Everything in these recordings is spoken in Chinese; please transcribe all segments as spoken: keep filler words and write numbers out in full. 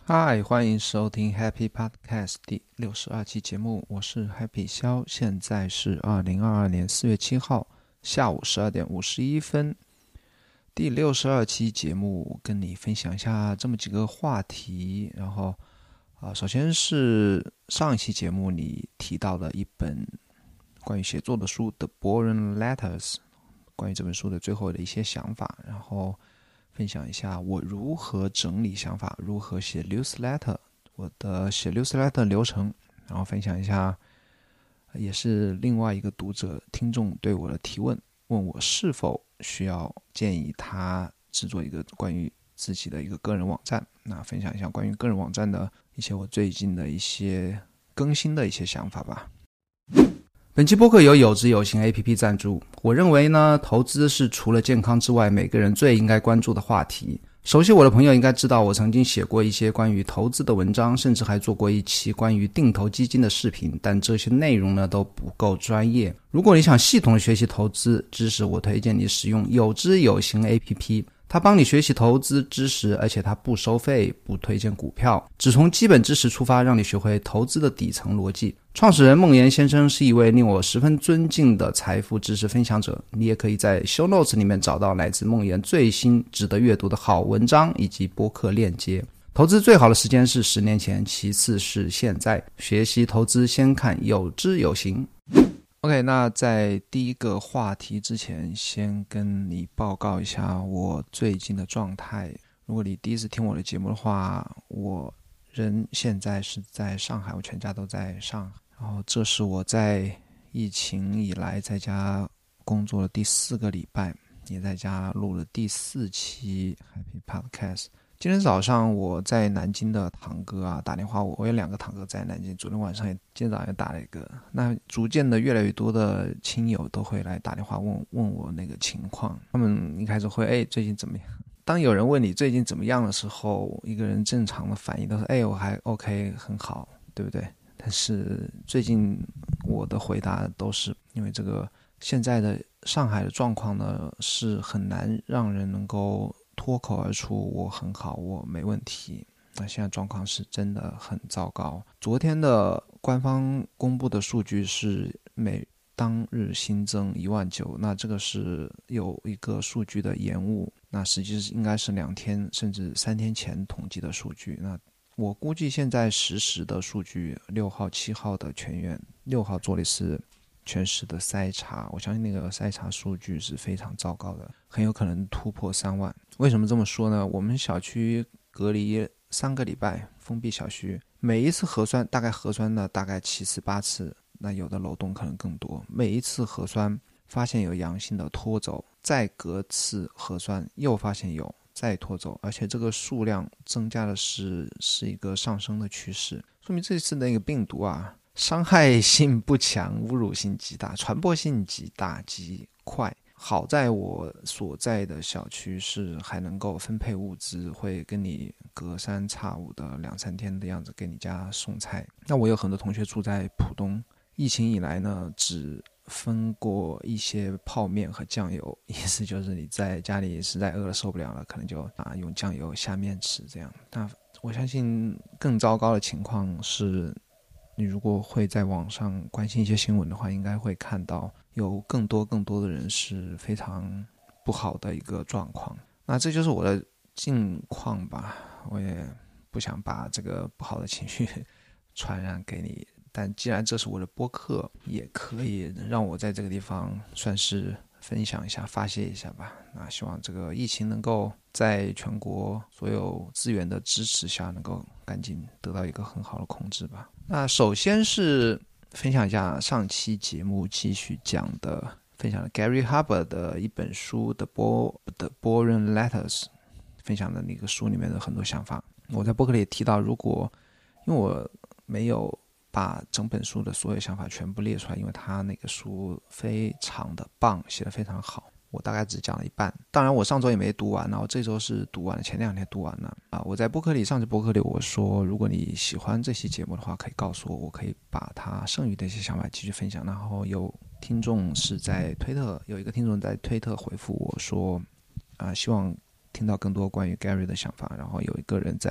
嗨，欢迎收听 Happy Podcast 第六十二期节目，我是 Happy 肖，现在是二零二二年四月七号下午十二点五十一分。第六十二期节目跟你分享一下这么几个话题，然后啊，首先是上一期节目你提到的一本关于写作的书《The Boring Letters》，关于这本书的最后的一些想法，然后分享一下我如何整理想法，如何写 newsletter， 我的写 newsletter 流程，然后分享一下也是另外一个读者听众对我的提问，问我是否需要建议他制作一个关于自己的一个个人网站，那分享一下关于个人网站的一些我最近的一些更新的一些想法吧。本期播客由有知有行 A P P 赞助。我认为呢，投资是除了健康之外每个人最应该关注的话题。熟悉我的朋友应该知道，我曾经写过一些关于投资的文章，甚至还做过一期关于定投基金的视频，但这些内容呢都不够专业。如果你想系统的学习投资知识，我推荐你使用有知有行 A P P，它帮你学习投资知识，而且它不收费，不推荐股票，只从基本知识出发，让你学会投资的底层逻辑。创始人孟岩先生是一位令我十分尊敬的财富知识分享者，你也可以在 show notes 里面找到来自孟岩最新值得阅读的好文章以及播客链接。投资最好的时间是十年前，其次是现在。学习投资先看有知有行。OK， 那在第一个话题之前，先跟你报告一下我最近的状态。如果你第一次听我的节目的话，我人现在是在上海，我全家都在上海。然后这是我在疫情以来在家工作的第四个礼拜，也在家录了第四期 Happy Podcast。今天早上我在南京的堂哥啊打电话，我我有两个堂哥在南京，昨天晚上也今天早上也打了一个。那逐渐的越来越多的亲友都会来打电话问问我那个情况，他们一开始会哎最近怎么样？当有人问你最近怎么样的时候，一个人正常的反应都是哎我还 OK 很好，对不对？但是最近我的回答都是因为这个现在的上海的状况呢是很难让人能够脱口而出我很好我没问题，那现在状况是真的很糟糕。昨天的官方公布的数据是每当日新增一万九，那这个是有一个数据的延误，那实际应该是两天甚至三天前统计的数据。那我估计现在实时的数据六号七号的全员，六号做的是全市的筛查，我相信那个筛查数据是非常糟糕的，很有可能突破三万。为什么这么说呢？我们小区隔离三个礼拜，封闭小区，每一次核酸大概核酸呢大概七次八次，那有的楼栋可能更多，每一次核酸发现有阳性的拖走，再隔次核酸又发现有再拖走，而且这个数量增加的是是一个上升的趋势，说明这次那个病毒啊伤害性不强，侮辱性极大，传播性极大极快。好在我所在的小区是还能够分配物资，会跟你隔三差五的两三天的样子给你家送菜。那我有很多同学住在浦东，疫情以来呢只分过一些泡面和酱油，意思就是你在家里实在饿了受不了了，可能就啊用酱油下面吃这样。那我相信更糟糕的情况是，你如果会在网上关心一些新闻的话，应该会看到有更多更多的人是非常不好的一个状况。那这就是我的近况吧，我也不想把这个不好的情绪传染给你，但既然这是我的播客，也可以让我在这个地方算是分享一下发泄一下吧。那希望这个疫情能够在全国所有资源的支持下能够赶紧得到一个很好的控制吧。那首先是分享一下上期节目继续讲的分享了 Gary Hubbard 的一本书 The Boring Letters， 分享的那个书里面的很多想法。我在播客里也提到，如果因为我没有把整本书的所有想法全部列出来，因为他那个书非常的棒，写得非常好，我大概只讲了一半。当然我上周也没读完，然后这周是读完了，前两天读完了啊。我在播客里上次播客里我说，如果你喜欢这期节目的话，可以告诉我，我可以把它剩余的一些想法继续分享。然后有听众是在推特，有一个听众在推特回复我说啊，希望听到更多关于 Gary 的想法。然后有一个人在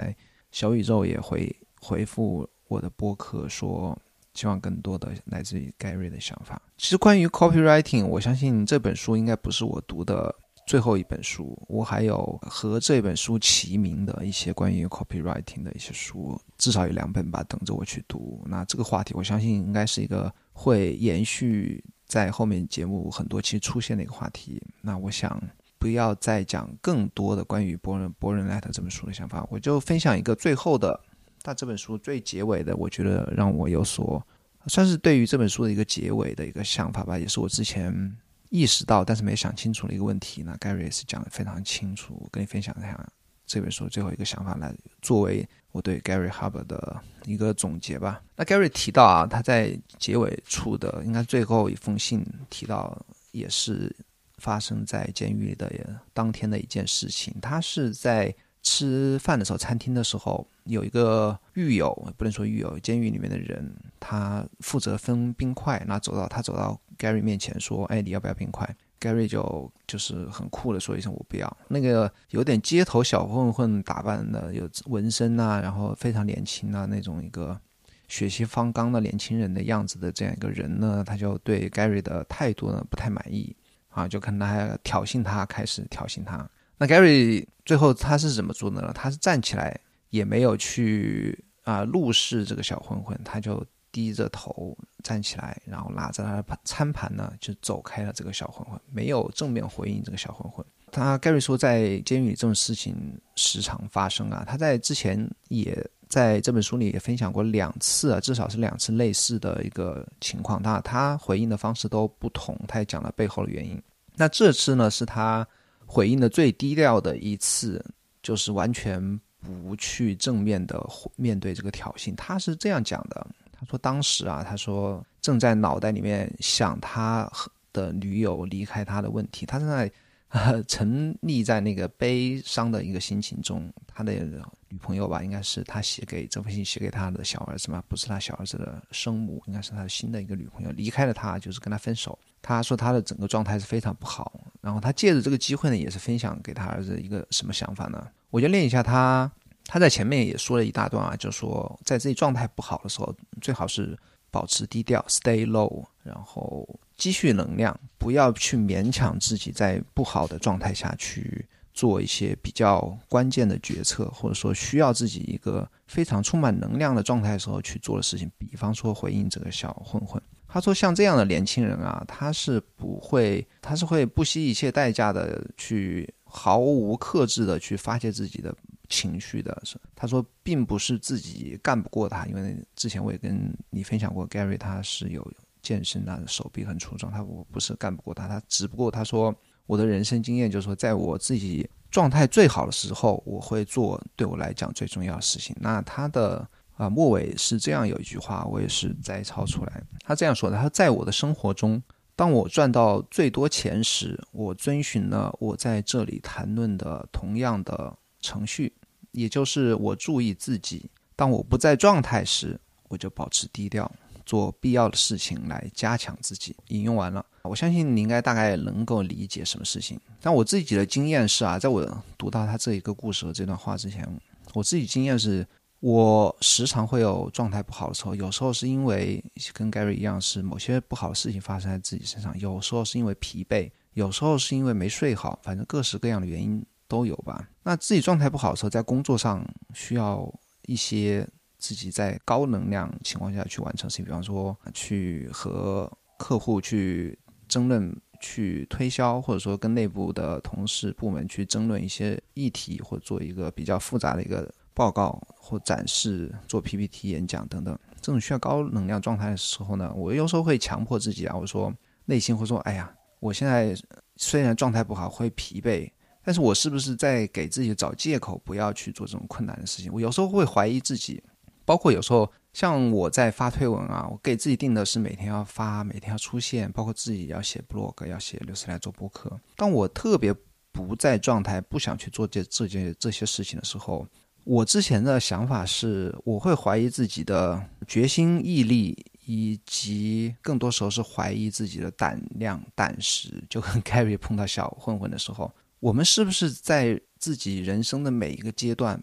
小宇宙也回回复我的播客说希望更多的来自于 Gary 的想法。其实关于 copywriting， 我相信这本书应该不是我读的最后一本书，我还有和这本书齐名的一些关于 copywriting 的一些书，至少有两本吧等着我去读。那这个话题我相信应该是一个会延续在后面节目很多期出现的一个话题。那我想不要再讲更多的关于博人博人 Letter 这本书的想法，我就分享一个最后的，但这本书最结尾的，我觉得让我有所算是对于这本书的一个结尾的一个想法吧，也是我之前意识到但是没想清楚的一个问题。那 Gary 也是讲得非常清楚，我跟你分享一下这本书最后一个想法，来作为我对 Gary Hubbard 的一个总结吧。那 Gary 提到啊，他在结尾处的应该最后一封信提到也是发生在监狱里的当天的一件事情。他是在吃饭的时候，餐厅的时候，有一个狱友，不能说狱友，监狱里面的人，他负责分冰块，那走到他走到 Gary 面前说，哎，你要不要冰块？ Gary 就就是很酷的说一声我不要。那个有点街头小混混打扮的，有纹身啊，然后非常年轻啊，那种一个血气方刚的年轻人的样子的这样一个人呢，他就对 Gary 的态度呢不太满意啊，就看他挑衅他，开始挑衅他。那 Gary 最后他是怎么做的呢？他是站起来，也没有去啊、呃、怒视这个小混混，他就低着头站起来，然后拿着他的餐盘呢，就走开了这个小混混，没有正面回应这个小混混。他 Gary 说，在监狱里这种事情时常发生啊，他在之前也在这本书里也分享过两次啊，至少是两次类似的一个情况，他他回应的方式都不同，他也讲了背后的原因。那这次呢，是他回应的最低调的一次，就是完全不去正面的面对这个挑衅。他是这样讲的，他说当时啊，他说正在脑袋里面想他的女友离开他的问题，他正在呃沉溺在那个悲伤的一个心情中。他的女朋友吧，应该是他写给这封信写给他的小儿子嘛，不是他小儿子的生母，应该是他的新的一个女朋友离开了他，就是跟他分手。他说他的整个状态是非常不好，然后他借着这个机会呢，也是分享给他儿子一个什么想法呢？我就练一下他，他在前面也说了一大段啊，就说在自己状态不好的时候，最好是保持低调 ，stay low， 然后积蓄能量，不要去勉强自己在不好的状态下去做一些比较关键的决策，或者说需要自己一个非常充满能量的状态的时候去做的事情，比方说回应这个小混混。他说像这样的年轻人啊，他是不会他是会不惜一切代价的去毫无克制的去发泄自己的情绪的。他说并不是自己干不过他，因为之前我也跟你分享过 Gary 他是有健身，他的手臂很粗壮，他我不是干不过他，他只不过他说我的人生经验就是说，在我自己状态最好的时候，我会做对我来讲最重要的事情。那他的啊，末尾是这样有一句话，我也是摘抄出来。他这样说的，他说在我的生活中，当我赚到最多钱时，我遵循了我在这里谈论的同样的程序，也就是我注意自己。当我不在状态时，我就保持低调，做必要的事情来加强自己。引用完了，我相信你应该大概能够理解什么事情。但我自己的经验是啊，在我读到他这一个故事和这段话之前，我自己经验是我时常会有状态不好的时候，有时候是因为跟 Gary 一样是某些不好的事情发生在自己身上，有时候是因为疲惫，有时候是因为没睡好，反正各式各样的原因都有吧。那自己状态不好的时候，在工作上需要一些自己在高能量情况下去完成事情，比方说去和客户去争论，去推销，或者说跟内部的同事部门去争论一些议题，或者做一个比较复杂的一个报告或展示，做 P P T 演讲等等，这种需要高能量状态的时候呢，我有时候会强迫自己啊，我说内心会说，哎呀，我现在虽然状态不好，会疲惫，但是我是不是在给自己找借口不要去做这种困难的事情？我有时候会怀疑自己，包括有时候像我在发推文啊，我给自己定的是每天要发，每天要出现，包括自己要写 blog， 要写六十来做播客。当我特别不在状态，不想去做这这些这些事情的时候，我之前的想法是，我会怀疑自己的决心、毅力，以及更多时候是怀疑自己的胆量、胆识。就跟 Gary 碰到小混混的时候，我们是不是在自己人生的每一个阶段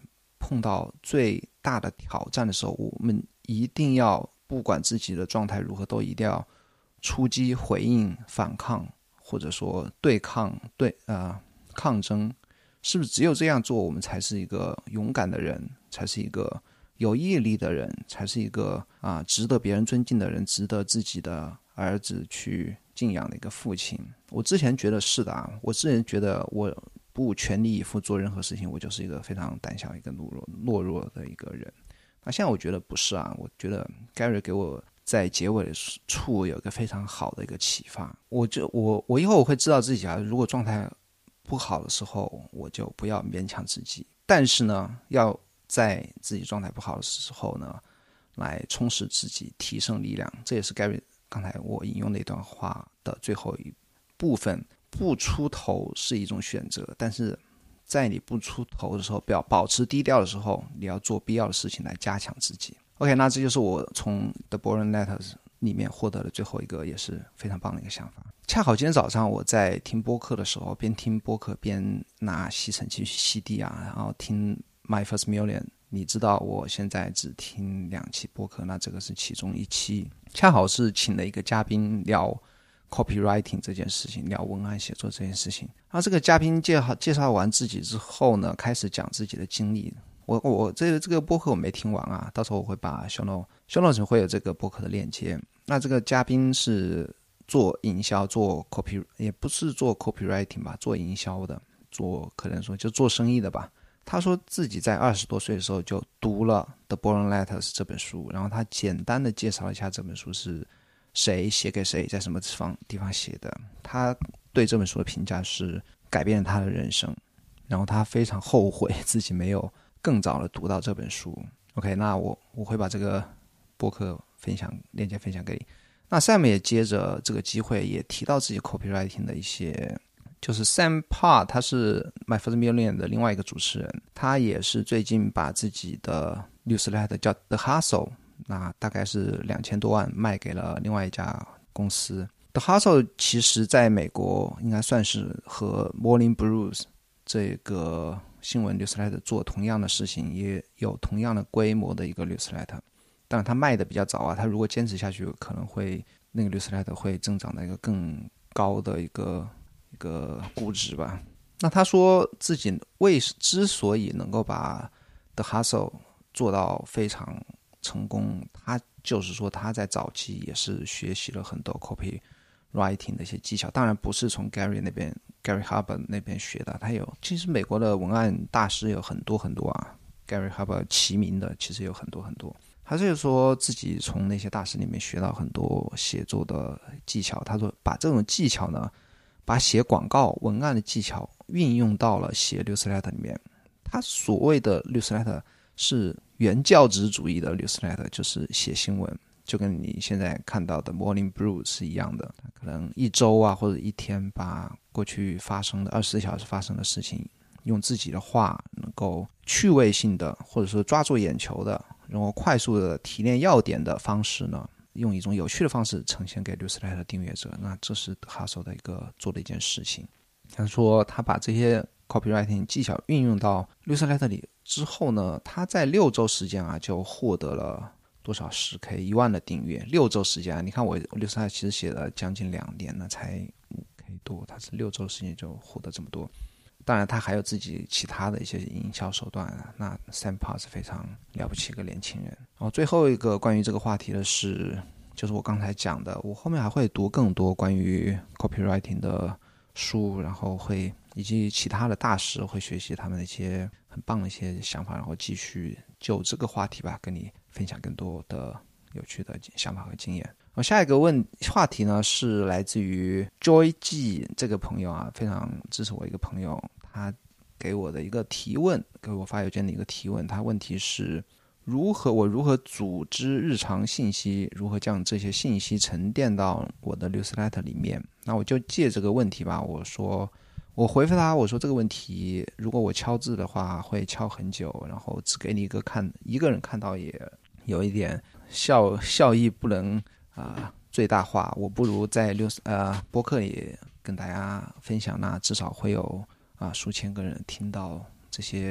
碰到最大的挑战的时候，我们一定要不管自己的状态如何，都一定要出击、回应、反抗，或者说对抗、对呃抗争。是不是只有这样做，我们才是一个勇敢的人，才是一个有毅力的人，才是一个啊值得别人尊敬的人，值得自己的儿子去敬仰的一个父亲？我之前觉得是的啊，我之前觉得我不全力以赴做任何事情，我就是一个非常胆小、一个懦弱、懦弱的一个人。那现在我觉得不是啊，我觉得 Gary 给我在结尾的处有一个非常好的一个启发。我就我我以后我会知道自己啊，如果状态不好的时候，我就不要勉强自己。但是呢，要在自己状态不好的时候呢，来充实自己，提升力量。这也是 Gary 刚才我引用那段话的最后一部分。不出头是一种选择，但是在你不出头的时候，不要保持低调的时候，你要做必要的事情来加强自己。OK， 那这就是我从 The Boring Letters 里面获得的最后一个也是非常棒的一个想法。恰好今天早上我在听播客的时候，边听播客边拿吸尘器去吸地啊，然后听 My First Million。你知道我现在只听两期播客，那这个是其中一期，恰好是请了一个嘉宾聊 copywriting 这件事情，聊文案写作这件事情。然后这个嘉宾介绍介绍完自己之后呢，开始讲自己的经历。我我这个这个播客我没听完啊，到时候我会把 show note show note 会有这个播客的链接。那这个嘉宾是做营销，做 copy 也不是做 copywriting 吧，做营销的，做可能说就做生意的吧。他说自己在二十多岁的时候就读了 The Boring Letters 这本书，然后他简单的介绍了一下这本书是谁写给谁，在什么地方地方写的。他对这本书的评价是改变了他的人生，然后他非常后悔自己没有更早的读到这本书。 OK， 那我我会把这个播客分享链接分享给你。那 Sam 也接着这个机会也提到自己 copywriting 的一些，就是 Sam Parr 他是 My First Million 的另外一个主持人，他也是最近把自己的 newsletter 叫 The Hustle， 那大概是两千多万卖给了另外一家公司。 The Hustle 其实在美国应该算是和 Morning Brews 这个新闻 newsletter 做同样的事情，也有同样的规模的一个 newsletter。当然他卖的比较早啊，他如果坚持下去可能会那个 newsletter 会增长到一个更高的一个一个估值吧。那他说自己为之所以能够把 The Hustle 做到非常成功，他就是说他在早期也是学习了很多 copywriting 的一些技巧，当然不是从 Gary 那边 Gary Hubbard 那边学的，他有其实美国的文案大师有很多很多啊， Gary Hubbard 齐名的其实有很多很多。他就是说自己从那些大师里面学到很多写作的技巧，他说把这种技巧呢，把写广告文案的技巧运用到了写 newsletter 里面。他所谓的 newsletter 是原教旨主义的 newsletter， 就是写新闻，就跟你现在看到的 Morning Brew 是一样的，可能一周啊或者一天把过去发生的二十四小时发生的事情，用自己的话能够趣味性的或者说抓住眼球的，然后快速的提炼要点的方式呢，用一种有趣的方式呈现给 newsletter 订阅者。那这是 Hustle 的一个做的一件事情。他说他把这些 copywriting 技巧运用到 newsletter 里之后呢，他在六周时间啊就获得了多少 十K 一万的订阅。六周时间啊，你看我 newsletter 其实写了将近两年了才 五K 多，他是六周时间就获得这么多。当然他还有自己其他的一些营销手段啊，那 Sam Parr 是非常了不起一个年轻人。然后最后一个关于这个话题的是，就是我刚才讲的，我后面还会读更多关于 copywriting 的书，然后会以及其他的大师会学习他们的一些很棒的一些想法，然后继续就这个话题吧跟你分享更多的有趣的想法和经验。我下一个问话题呢是来自于 Joy G 这个朋友啊，非常支持我一个朋友，他给我的一个提问，给我发邮件的一个提问。他问题是如何我如何组织日常信息，如何将这些信息沉淀到我的 newsletter 里面。那我就借这个问题吧，我说我回复他，我说这个问题如果我敲字的话会敲很久，然后只给你一个看一个人看到也有一点效效益不能啊、呃、最大化，我不如在六呃播客里跟大家分享，那至少会有啊、呃、数千个人听到这些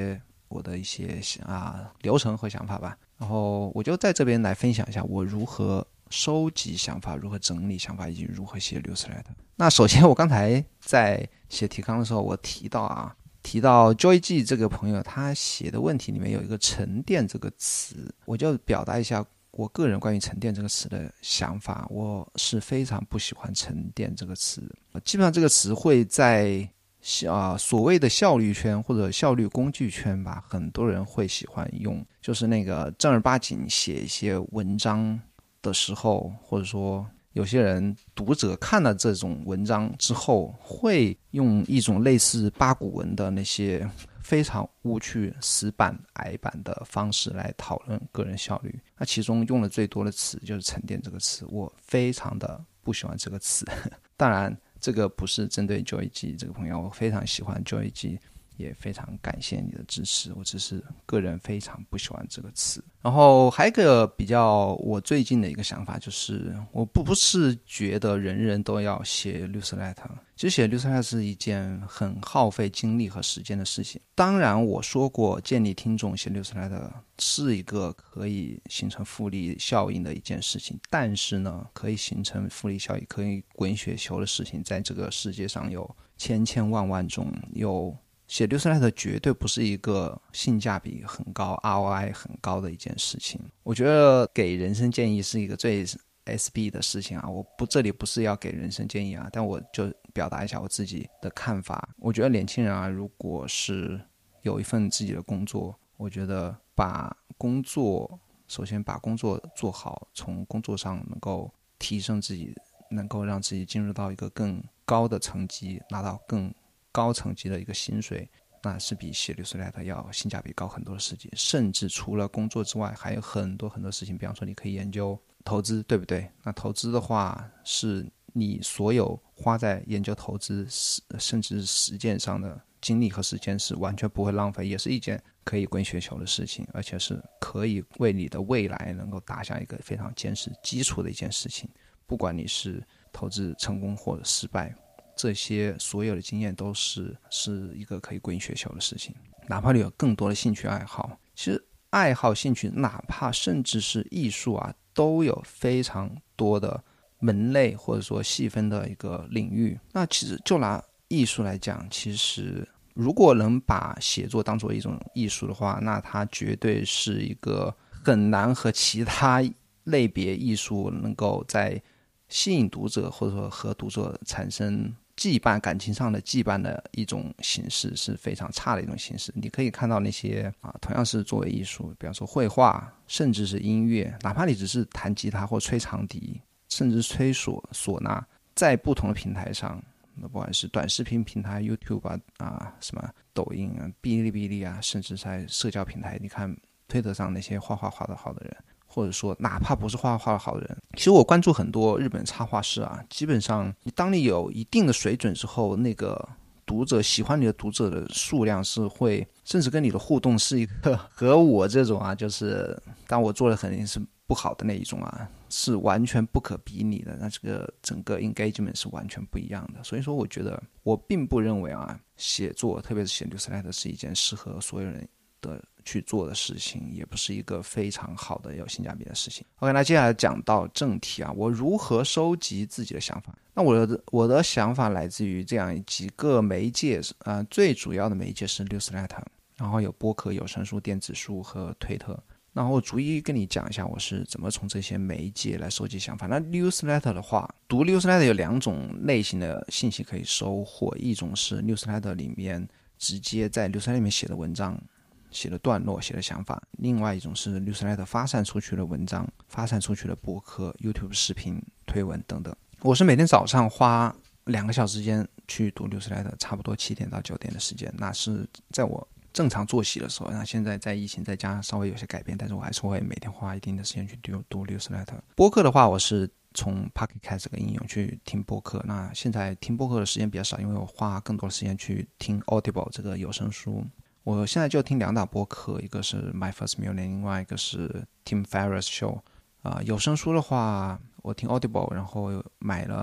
我的一些啊流程和想法吧。然后我就在这边来分享一下我如何收集想法，如何整理想法，以及如何写 newsletter。那首先我刚才在写提纲的时候，我提到啊，提到 Joy G 这个朋友他写的问题里面有一个沉淀这个词，我就表达一下我个人关于沉淀这个词的想法。我是非常不喜欢沉淀这个词，基本上这个词汇在啊，所谓的效率圈或者效率工具圈吧，很多人会喜欢用，就是那个正儿八经写一些文章的时候，或者说有些人读者看了这种文章之后，会用一种类似八股文的那些非常无趣、死板、矮板的方式来讨论个人效率。那其中用的最多的词就是沉淀这个词，我非常的不喜欢这个词。当然这个不是针对 Joy G 这个朋友，我非常喜欢 Joy G， 也非常感谢你的支持，我只是个人非常不喜欢这个词。然后还有一个比较我最近的一个想法，就是我不不是觉得人人都要写 newsletter， 其实写 newsletter 是一件很耗费精力和时间的事情。当然我说过建立听众写 newsletter 是一个可以形成复利效应的一件事情，但是呢可以形成复利效应可以滚雪球的事情在这个世界上有千千万万种，有写 newsletter 绝对不是一个性价比很高 R O I 很高的一件事情。我觉得给人生建议是一个最 S B 的事情啊，我不这里不是要给人生建议啊，但我就表达一下我自己的看法。我觉得年轻人啊，如果是有一份自己的工作，我觉得把工作首先把工作做好，从工作上能够提升自己，能够让自己进入到一个更高的层级，拿到更高层级的一个薪水，那是比写 newsletter 要性价比高很多的事情。甚至除了工作之外还有很多很多事情，比方说你可以研究投资，对不对？那投资的话是你所有花在研究投资甚至实践上的精力和时间是完全不会浪费，也是一件可以滚雪球的事情，而且是可以为你的未来能够打下一个非常坚实基础的一件事情。不管你是投资成功或者失败，这些所有的经验都是是一个可以滚雪球的事情。哪怕你有更多的兴趣爱好，其实爱好兴趣哪怕甚至是艺术啊，都有非常多的门类或者说细分的一个领域。那其实就拿艺术来讲，其实如果能把写作当作一种艺术的话，那它绝对是一个很难和其他类别艺术能够在吸引读者或者说和读者产生羁绊感情上的羁绊的一种形式，是非常差的一种形式。你可以看到那些啊，同样是作为艺术，比方说绘画甚至是音乐，哪怕你只是弹吉他或吹长笛甚至吹唢唢呐，在不同的平台上，不管是短视频平台 YouTube 啊, 啊什么抖音啊哔哩哔哩啊，甚至在社交平台，你看推特上那些画画画得好的人，或者说哪怕不是画画好的人，其实我关注很多日本插画师啊，基本上当你有一定的水准之后，那个读者喜欢你的读者的数量是会，甚至跟你的互动是一个和我这种啊，就是当我做的肯定是不好的那一种啊，是完全不可比拟的。那这个整个 engagement 是完全不一样的。所以说我觉得我并不认为啊，写作特别是写 newsletter 是一件适合所有人的去做的事情，也不是一个非常好的有性价比的事情。 OK， 那接下来讲到正题啊，我如何收集自己的想法。那我的我的想法来自于这样几个媒介、呃、最主要的媒介是 newsletter， 然后有播客、有声书、电子书和推特。然后我逐一跟你讲一下我是怎么从这些媒介来收集想法。那 newsletter 的话，读 newsletter 有两种类型的信息可以收获，一种是 newsletter 里面直接在 newsletter 里面写的文章、写的段落、写的想法，另外一种是 newsletter 发散出去的文章、发散出去的博客、YouTube 视频、推文等等。我是每天早上花两个小时间去读 newsletter， 差不多七点到九点的时间，那是在我正常作息的时候。那现在在疫情在家稍微有些改变，但是我还是会每天花一定的时间去读 newsletter。 播客的话，我是从 Pocket Cast 这个应用去听播客，那现在听播客的时间比较少，因为我花更多的时间去听 Audible 这个有声书。我现在就听两档播客，一个是 My First Million， 另外一个是 Tim Ferriss Show。呃、有声书的话我听 Audible， 然后买了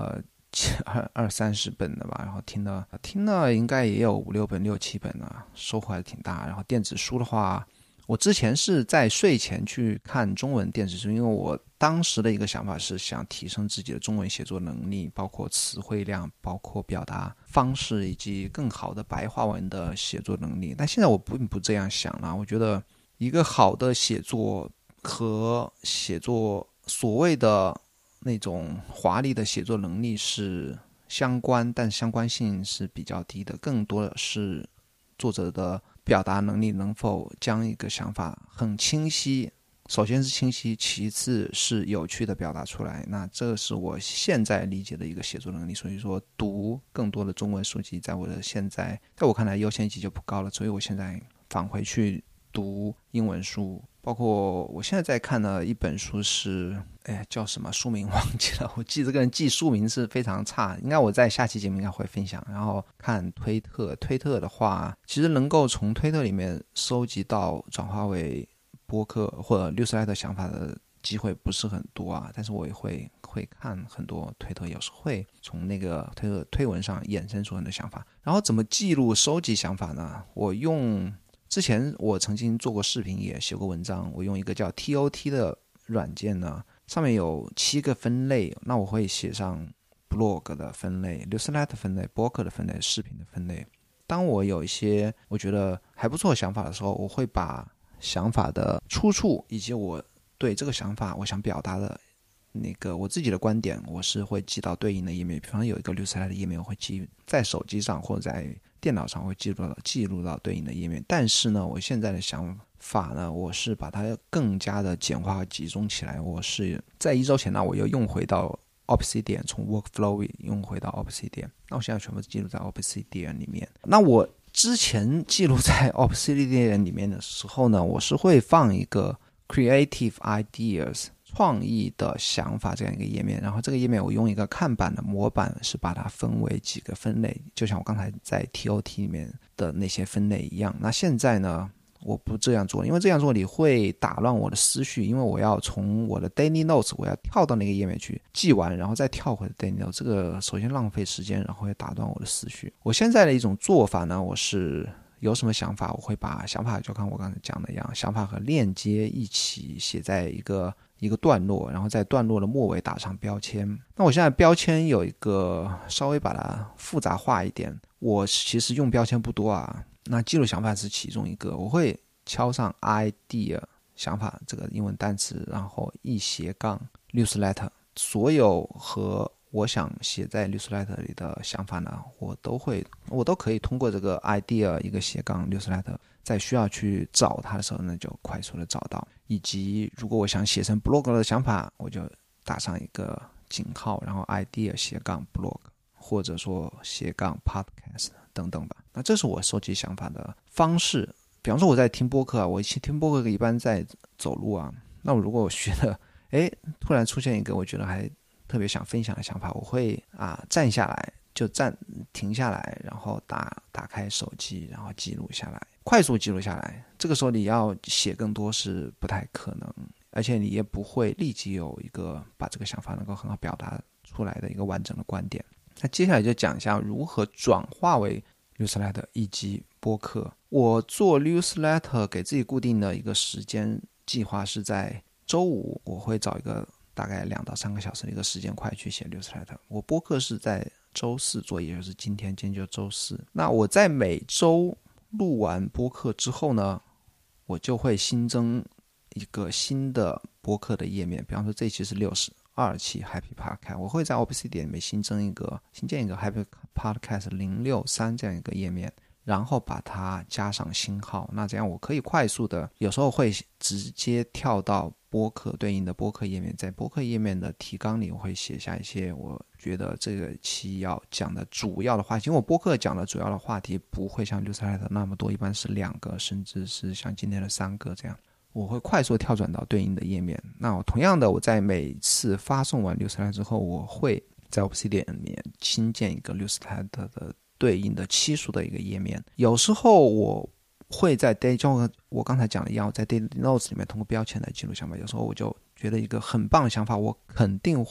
二二三十本的吧，然后听了听了应该也有五六本六七本了，收获还挺大。然后电子书的话，我之前是在睡前去看中文电子书，因为我当时的一个想法是想提升自己的中文写作能力，包括词汇量，包括表达方式，以及更好的白话文的写作能力。但现在我并不这样想了，我觉得一个好的写作和写作所谓的那种华丽的写作能力是相关，但相关性是比较低的，更多的是作者的表达能力能否将一个想法很清晰，首先是清晰，其次是有趣的表达出来。那这是我现在理解的一个写作能力，所以说读更多的中文书籍在我的现在在我看来优先级就不高了，所以我现在返回去读英文书。包括我现在在看的一本书是哎，叫什么书名忘记了，我记这个人记书名是非常差，应该我在下期节目应该会分享。然后看推特，推特的话其实能够从推特里面收集到转化为播客或者 newsletter 想法的机会不是很多啊，但是我也会会看很多推特，有时会从那个推特推文上衍生出很多想法。然后怎么记录收集想法呢？我用之前我曾经做过视频也写过文章，我用一个叫 T O T 的软件呢，上面有七个分类，那我会写上 blog 的分类、newsletter 分类、播客的分类、视频的分类。当我有一些我觉得还不错的想法的时候，我会把想法的出处以及我对这个想法我想表达的那个我自己的观点，我是会记到对应的页面。比方有一个 newsletter 的页面，我会记在手机上或者在电脑上会记录到记录到对应的页面。但是呢，我现在的想法呢，我是把它更加的简化集中起来。我是在一周前呢，我又用回到 Obsidian， 从 Workflow 用回到 Obsidian， 那我现在全部记录在 Obsidian 里面。那我之前记录在 Obsidian 里面的时候呢，我是会放一个 Creative Ideas 创意的想法这样一个页面，然后这个页面我用一个看板的模板是把它分为几个分类，就像我刚才在 T O T 里面的那些分类一样。那现在呢，我不这样做，因为这样做你会打乱我的思绪，因为我要从我的 Daily Notes 我要跳到那个页面去记完，然后再跳回 Daily Notes， 这个首先浪费时间，然后会打断我的思绪。我现在的一种做法呢，我是有什么想法，我会把想法就看我刚才讲的一样，想法和链接一起写在一个一个段落，然后在段落的末尾打上标签。那我现在标签有一个稍微把它复杂化一点，我其实用标签不多啊，那记录想法是其中一个，我会敲上 idea 想法这个英文单词，然后一斜杠 newsletter， 所有和我想写在 newsletter 里的想法呢，我都会我都可以通过这个 idea 一个斜杠 newsletter， 在需要去找它的时候呢，就快速的找到。以及如果我想写成 blog 的想法，我就打上一个井号，然后 idea 斜杠 blog， 或者说斜杠 podcast 等等吧。那这是我收集想法的方式。比方说我在听播客啊，我一起听播客一般在走路啊，那我如果我觉得诶突然出现一个我觉得还特别想分享的想法，我会啊站下来，就站停下来，然后打打开手机，然后记录下来，快速记录下来。这个时候你要写更多是不太可能，而且你也不会立即有一个把这个想法能够很好表达出来的一个完整的观点。那接下来就讲一下如何转化为 newsletter 以及播客。我做 newsletter 给自己固定的一个时间计划是在周五，我会找一个大概两到三个小时的一个时间块去写 newsletter。我播客是在周四做，也就是今天，今天就周四。那我在每周录完播客之后呢，我就会新增一个新的播客的页面。比方说这一期是六十二期 Happy Podcast， 我会在 Obsidian 里面新增一个新建一个 Happy Podcast 零六三这样一个页面，然后把它加上星号。那这样我可以快速的，有时候会直接跳到播客对应的播客页面，在播客页面的提纲里我会写下一些我觉得这个期要讲的主要的话题。因为我播客讲的主要的话题不会像 newsletter 那么多，一般是两个甚至是像今天的三个这样，我会快速跳转到对应的页面。那我同样的，我在每次发送完 newsletter 之后，我会在 Obsidian 里面新建一个 newsletter 的对应的期数的一个页面。有时候我会在 Day 就我刚才讲的一样，在 Daily Notes 里面通过标签来记录想法。有时候我就觉得一个很棒的想法，我肯定会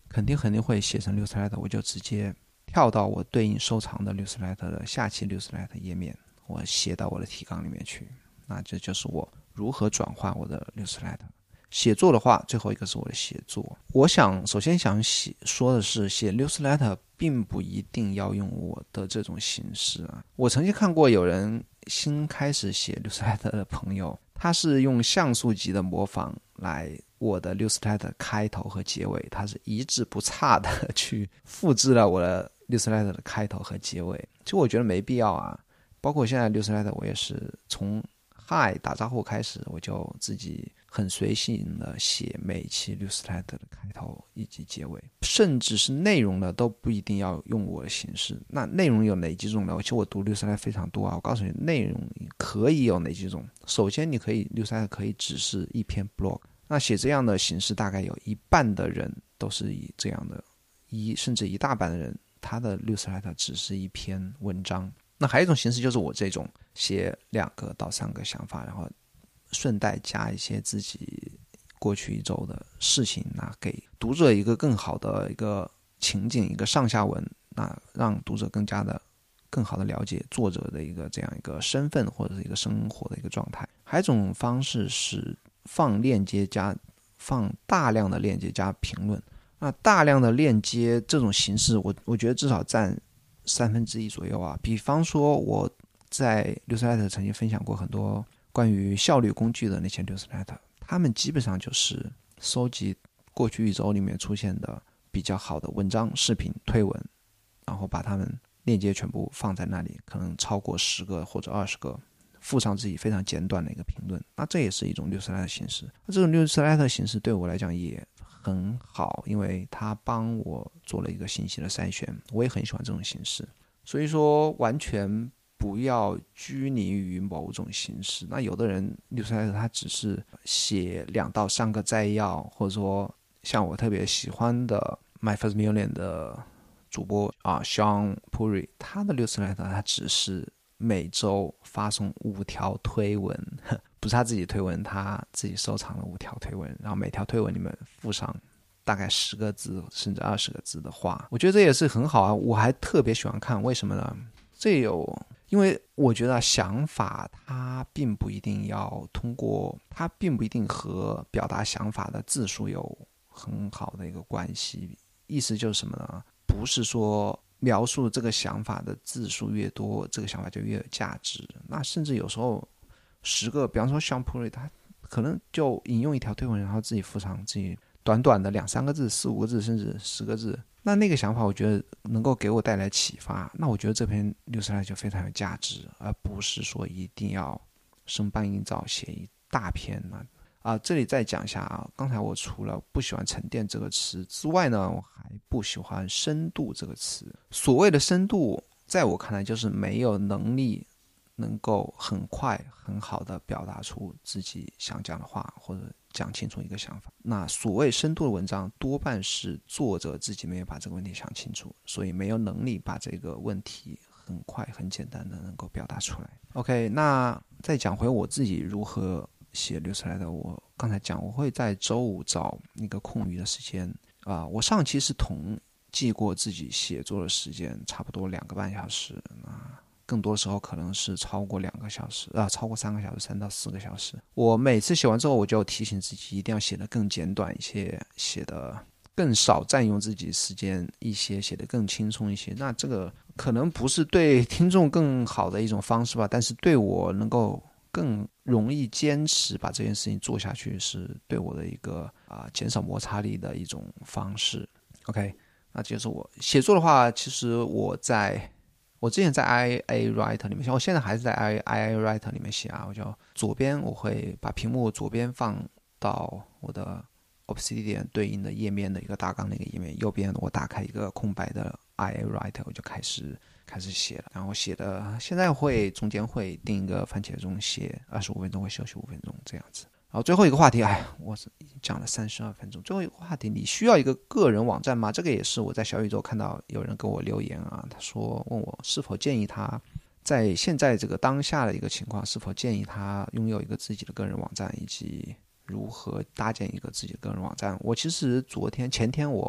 肯定肯定会写成 newsletter， 我就直接跳到我对应收藏的 newsletter 的下期 newsletter 页面，我写到我的提纲里面去。那这就是我如何转换我的 newsletter。写作的话，最后一个是我的写作。我想首先想写说的是，写 newsletter 并不一定要用我的这种形式啊。我曾经看过有人新开始写 newsletter 的朋友，他是用像素级的模仿来我的 newsletter 开头和结尾，他是一字不差的去复制了我的 newsletter 的开头和结尾。其实我觉得没必要啊。包括现在 newsletter 我也是从嗨打招呼开始，我就自己很随性的写每期 newsletter 的开头以及结尾，甚至是内容呢都不一定要用我的形式。那内容有哪几种呢？其实我读 newsletter 非常多啊，我告诉你内容可以有哪几种。首先你可以 newsletter 可以只是一篇 blog， 那写这样的形式大概有一半的人都是以这样的，一甚至一大半的人他的 newsletter 只是一篇文章。那还有一种形式就是我这种写两个到三个想法，然后顺带加一些自己过去一周的事情，那给读者一个更好的一个情景，一个上下文，那让读者更加的更好的了解作者的一个这样一个身份或者是一个生活的一个状态。还有一种方式是放链接加放大量的链接加评论。那大量的链接这种形式我我觉得至少占三分之一左右啊。比方说我在 newsletter 曾经分享过很多关于效率工具的那些 newsletter， 他们基本上就是收集过去一周里面出现的比较好的文章、视频、推文，然后把它们链接全部放在那里，可能超过十个或者二十个，附上自己非常简短的一个评论。那这也是一种 newsletter 形式。那这种 newsletter 形式对我来讲也很好，因为它帮我做了一个信息的筛选，我也很喜欢这种形式。所以说完全不要拘泥于某种形式。那有的人 newsletter 他只是写两到三个摘要，或者说像我特别喜欢的 My First Million 的主播啊 Sean Puri， 他的 newsletter 他只是每周发送五条推文，不是他自己推文，他自己收藏了五条推文，然后每条推文里面附上大概十个字甚至二十个字的话，我觉得这也是很好啊。我还特别喜欢看，为什么呢？这有因为我觉得想法它并不一定要通过，它并不一定和表达想法的字数有很好的一个关系。意思就是什么呢？不是说描述这个想法的字数越多，这个想法就越有价值。那甚至有时候十个，比方说 Sean Puri 他可能就引用一条推文，然后自己附上自己短短的两三个字、四五个字甚至十个字，那那个想法我觉得能够给我带来启发，那我觉得这篇 newsletter 就非常有价值，而不是说一定要生搬硬造写一大篇啊。啊，这里再讲一下啊，刚才我除了不喜欢沉淀这个词之外呢，我还不喜欢深度这个词。所谓的深度，在我看来就是没有能力能够很快很好的表达出自己想讲的话，或者讲清楚一个想法。那所谓深度的文章多半是作者自己没有把这个问题想清楚，所以没有能力把这个问题很快很简单的能够表达出来。 OK， 那再讲回我自己如何写newsletter。我刚才讲我会在周五找一个空余的时间啊，我上期是统计过自己写作的时间，差不多两个半小时，啊更多时候可能是超过两个小时啊，超过三个小时，三到四个小时。我每次写完之后，我就提醒自己一定要写得更简短一些，写得更少占用自己时间一些，写得更轻松一些。那这个可能不是对听众更好的一种方式吧，但是对我能够更容易坚持把这件事情做下去，是对我的一个啊、呃、减少摩擦力的一种方式。 OK， 那就是我写作的话，其实我在我之前在 I A Writer 里面写，我现在还是在 I A Writer 里面写啊。我就左边我会把屏幕左边放到我的 Obsidian 对应的页面的一个大纲的一个页面，右边我打开一个空白的 I A Writer， 我就开始开始写了。然后写的现在会中间会定一个番茄钟，写二十五分钟，会休息五分钟这样子。然后最后一个话题，哎，我讲了三十二分钟。最后一个话题，你需要一个个人网站吗？这个也是我在小宇宙看到有人给我留言啊，他说问我是否建议他在现在这个当下的一个情况，是否建议他拥有一个自己的个人网站，以及如何搭建一个自己的个人网站。我其实昨天前天我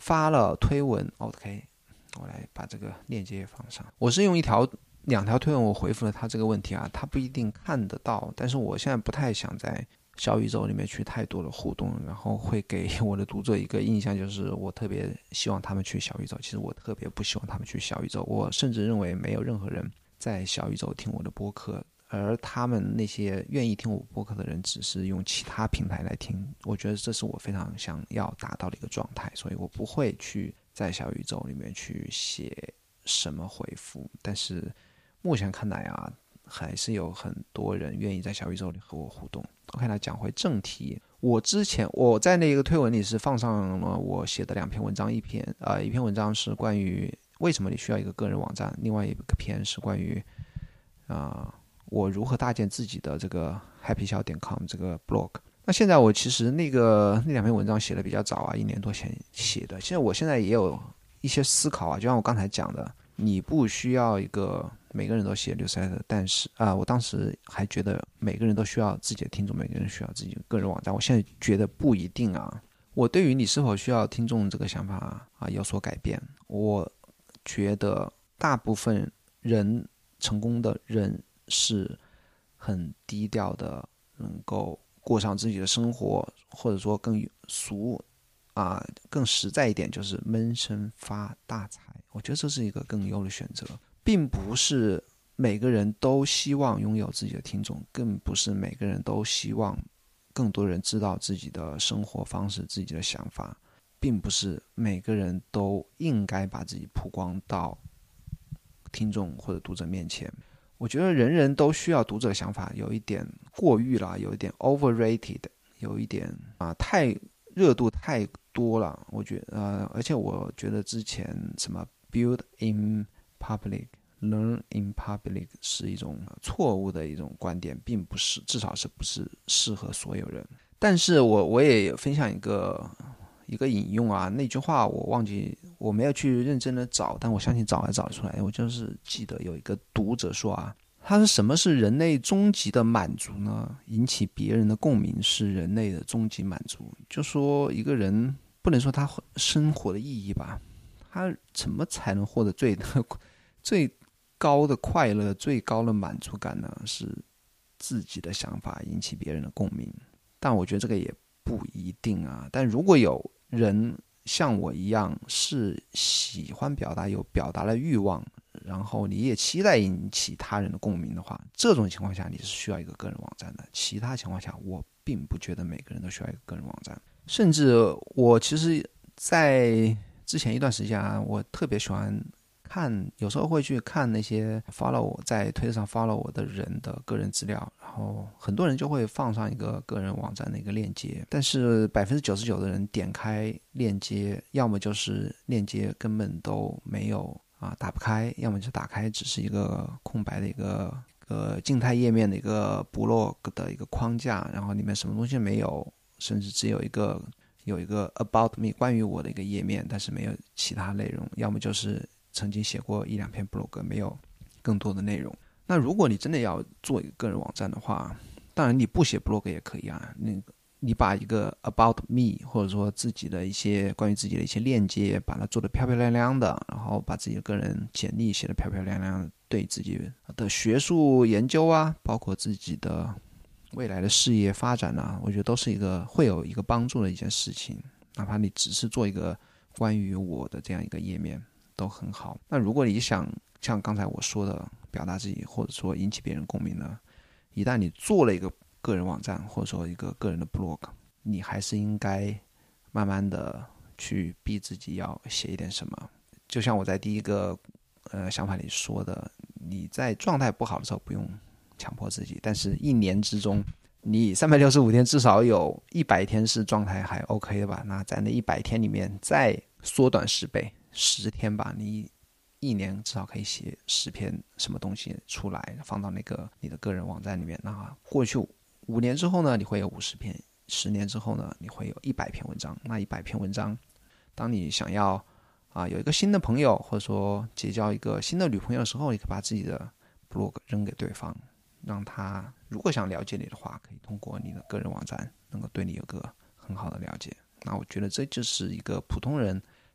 发了推文 OK， 我来把这个链接放上。我是用一条两条推文我回复了他这个问题啊，他不一定看得到，但是我现在不太想在小宇宙里面去太多的互动，然后会给我的读者一个印象，就是我特别希望他们去小宇宙。其实我特别不希望他们去小宇宙，我甚至认为没有任何人在小宇宙听我的播客，而他们那些愿意听我播客的人只是用其他平台来听，我觉得这是我非常想要达到的一个状态，所以我不会去在小宇宙里面去写什么回复。但是目前看来啊，还是有很多人愿意在小宇宙里和我互动。OK， 来讲回正题。我之前我在那个推文里是放上了我写的两篇文章，一篇呃一篇文章是关于为什么你需要一个个人网站，另外一个篇是关于啊、呃、我如何搭建自己的这个 happy 小点 com 这个 blog。那现在我其实那个那两篇文章写的比较早啊，一年多前写的。现在我现在也有一些思考啊，就像我刚才讲的，你不需要一个每个人都写 newsletter， 但是啊、呃，我当时还觉得每个人都需要自己的听众，每个人需要自己的个人网站。我现在觉得不一定啊。我对于你是否需要听众这个想法啊有所改变。我觉得大部分人成功的人是很低调的，能够过上自己的生活，或者说更俗啊，更实在一点就是闷声发大财。我觉得这是一个更优的选择，并不是每个人都希望拥有自己的听众，更不是每个人都希望更多人知道自己的生活方式、自己的想法，并不是每个人都应该把自己曝光到听众或者读者面前。我觉得人人都需要读者的想法有一点过誉了，有一点 overrated， 有一点啊太热度太多了。我觉得呃，而且我觉得之前什么 build in public、learn in public 是一种错误的一种观点，并不是，至少是不是适合所有人。但是我我也分享一个一个引用啊，那句话我忘记，我没有去认真的找，但我相信找来找出来。我就是记得有一个读者说啊，他说什么是人类终极的满足呢？引起别人的共鸣是人类的终极满足。就说一个人不能说他生活的意义吧，他怎么才能获得最最高的快乐、最高的满足感呢？是自己的想法引起别人的共鸣。但我觉得这个也不一定啊。但如果有人像我一样是喜欢表达、有表达的欲望，然后你也期待引起他人的共鸣的话，这种情况下你是需要一个个人网站的。其他情况下我并不觉得每个人都需要一个个人网站。甚至我其实在之前一段时间啊，我特别喜欢看，有时候会去看那些 follow 我在推特上 follow 我的人的个人资料，然后很多人就会放上一个个人网站的一个链接，但是 百分之九十九 的人点开链接，要么就是链接根本都没有啊打不开，要么就打开只是一个空白的一个呃静态页面的一个 blog 的一个框架，然后里面什么东西没有，甚至只有一个有一个 about me 关于我的一个页面，但是没有其他内容，要么就是曾经写过一两篇 blog， 没有更多的内容。那如果你真的要做一个个人网站的话，当然你不写 blog 也可以啊，那个你把一个 about me 或者说自己的一些关于自己的一些链接把它做得漂漂亮亮的，然后把自己的个人简历写得漂漂亮亮的，对自己的学术研究啊，包括自己的未来的事业发展啊，我觉得都是一个会有一个帮助的一件事情。哪怕你只是做一个关于我的这样一个页面都很好。那如果你想像刚才我说的表达自己，或者说引起别人共鸣呢，一旦你做了一个个人网站或者说一个个人的 blog， 你还是应该慢慢的去逼自己要写一点什么。就像我在第一个呃想法里说的，你在状态不好的时候不用强迫自己，但是一年之中你三百六十五天至少有一百天是状态还 OK 的吧，那在那一百天里面再缩短十倍，十天吧，你一年至少可以写十篇什么东西出来，放到那个你的个人网站里面。那过去五年之后呢，你会有五十篇，十年之后呢，你会有一百篇文章。那一百篇文章，当你想要啊有一个新的朋友，或者说结交一个新的女朋友的时候，你可以把自己的 blog 扔给对方，让他如果想了解你的话，可以通过你的个人网站能够对你有个很好的了解。那我觉得这就是一个普通人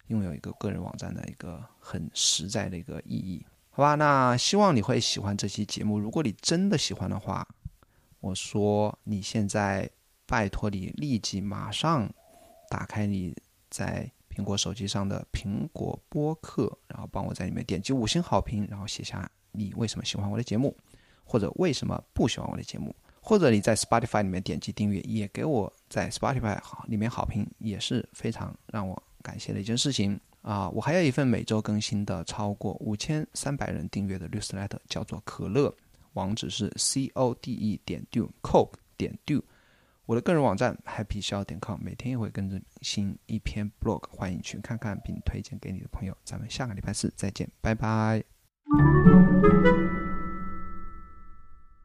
拥有一个个人网站的一个很实在的一个意义。好吧，那希望你会喜欢这期节目。如果你真的喜欢的话，我说你现在拜托你立即马上打开你在苹果手机上的苹果播客，然后帮我在里面点击五星好评，然后写下你为什么喜欢我的节目，或者为什么不喜欢我的节目，或者你在 Spotify 里面点击订阅，也给我在 Spotify 里面好评，也是非常让我感谢的一件事情啊！我还有一份每周更新的超过五千三百人订阅的 newsletter， 叫做可乐，网址是 code 点 do coke 点 do。我的个人网站 happy 笑点 com 每天也会更新一篇 blog， 欢迎去看看并推荐给你的朋友。咱们下个礼拜四再见，拜拜。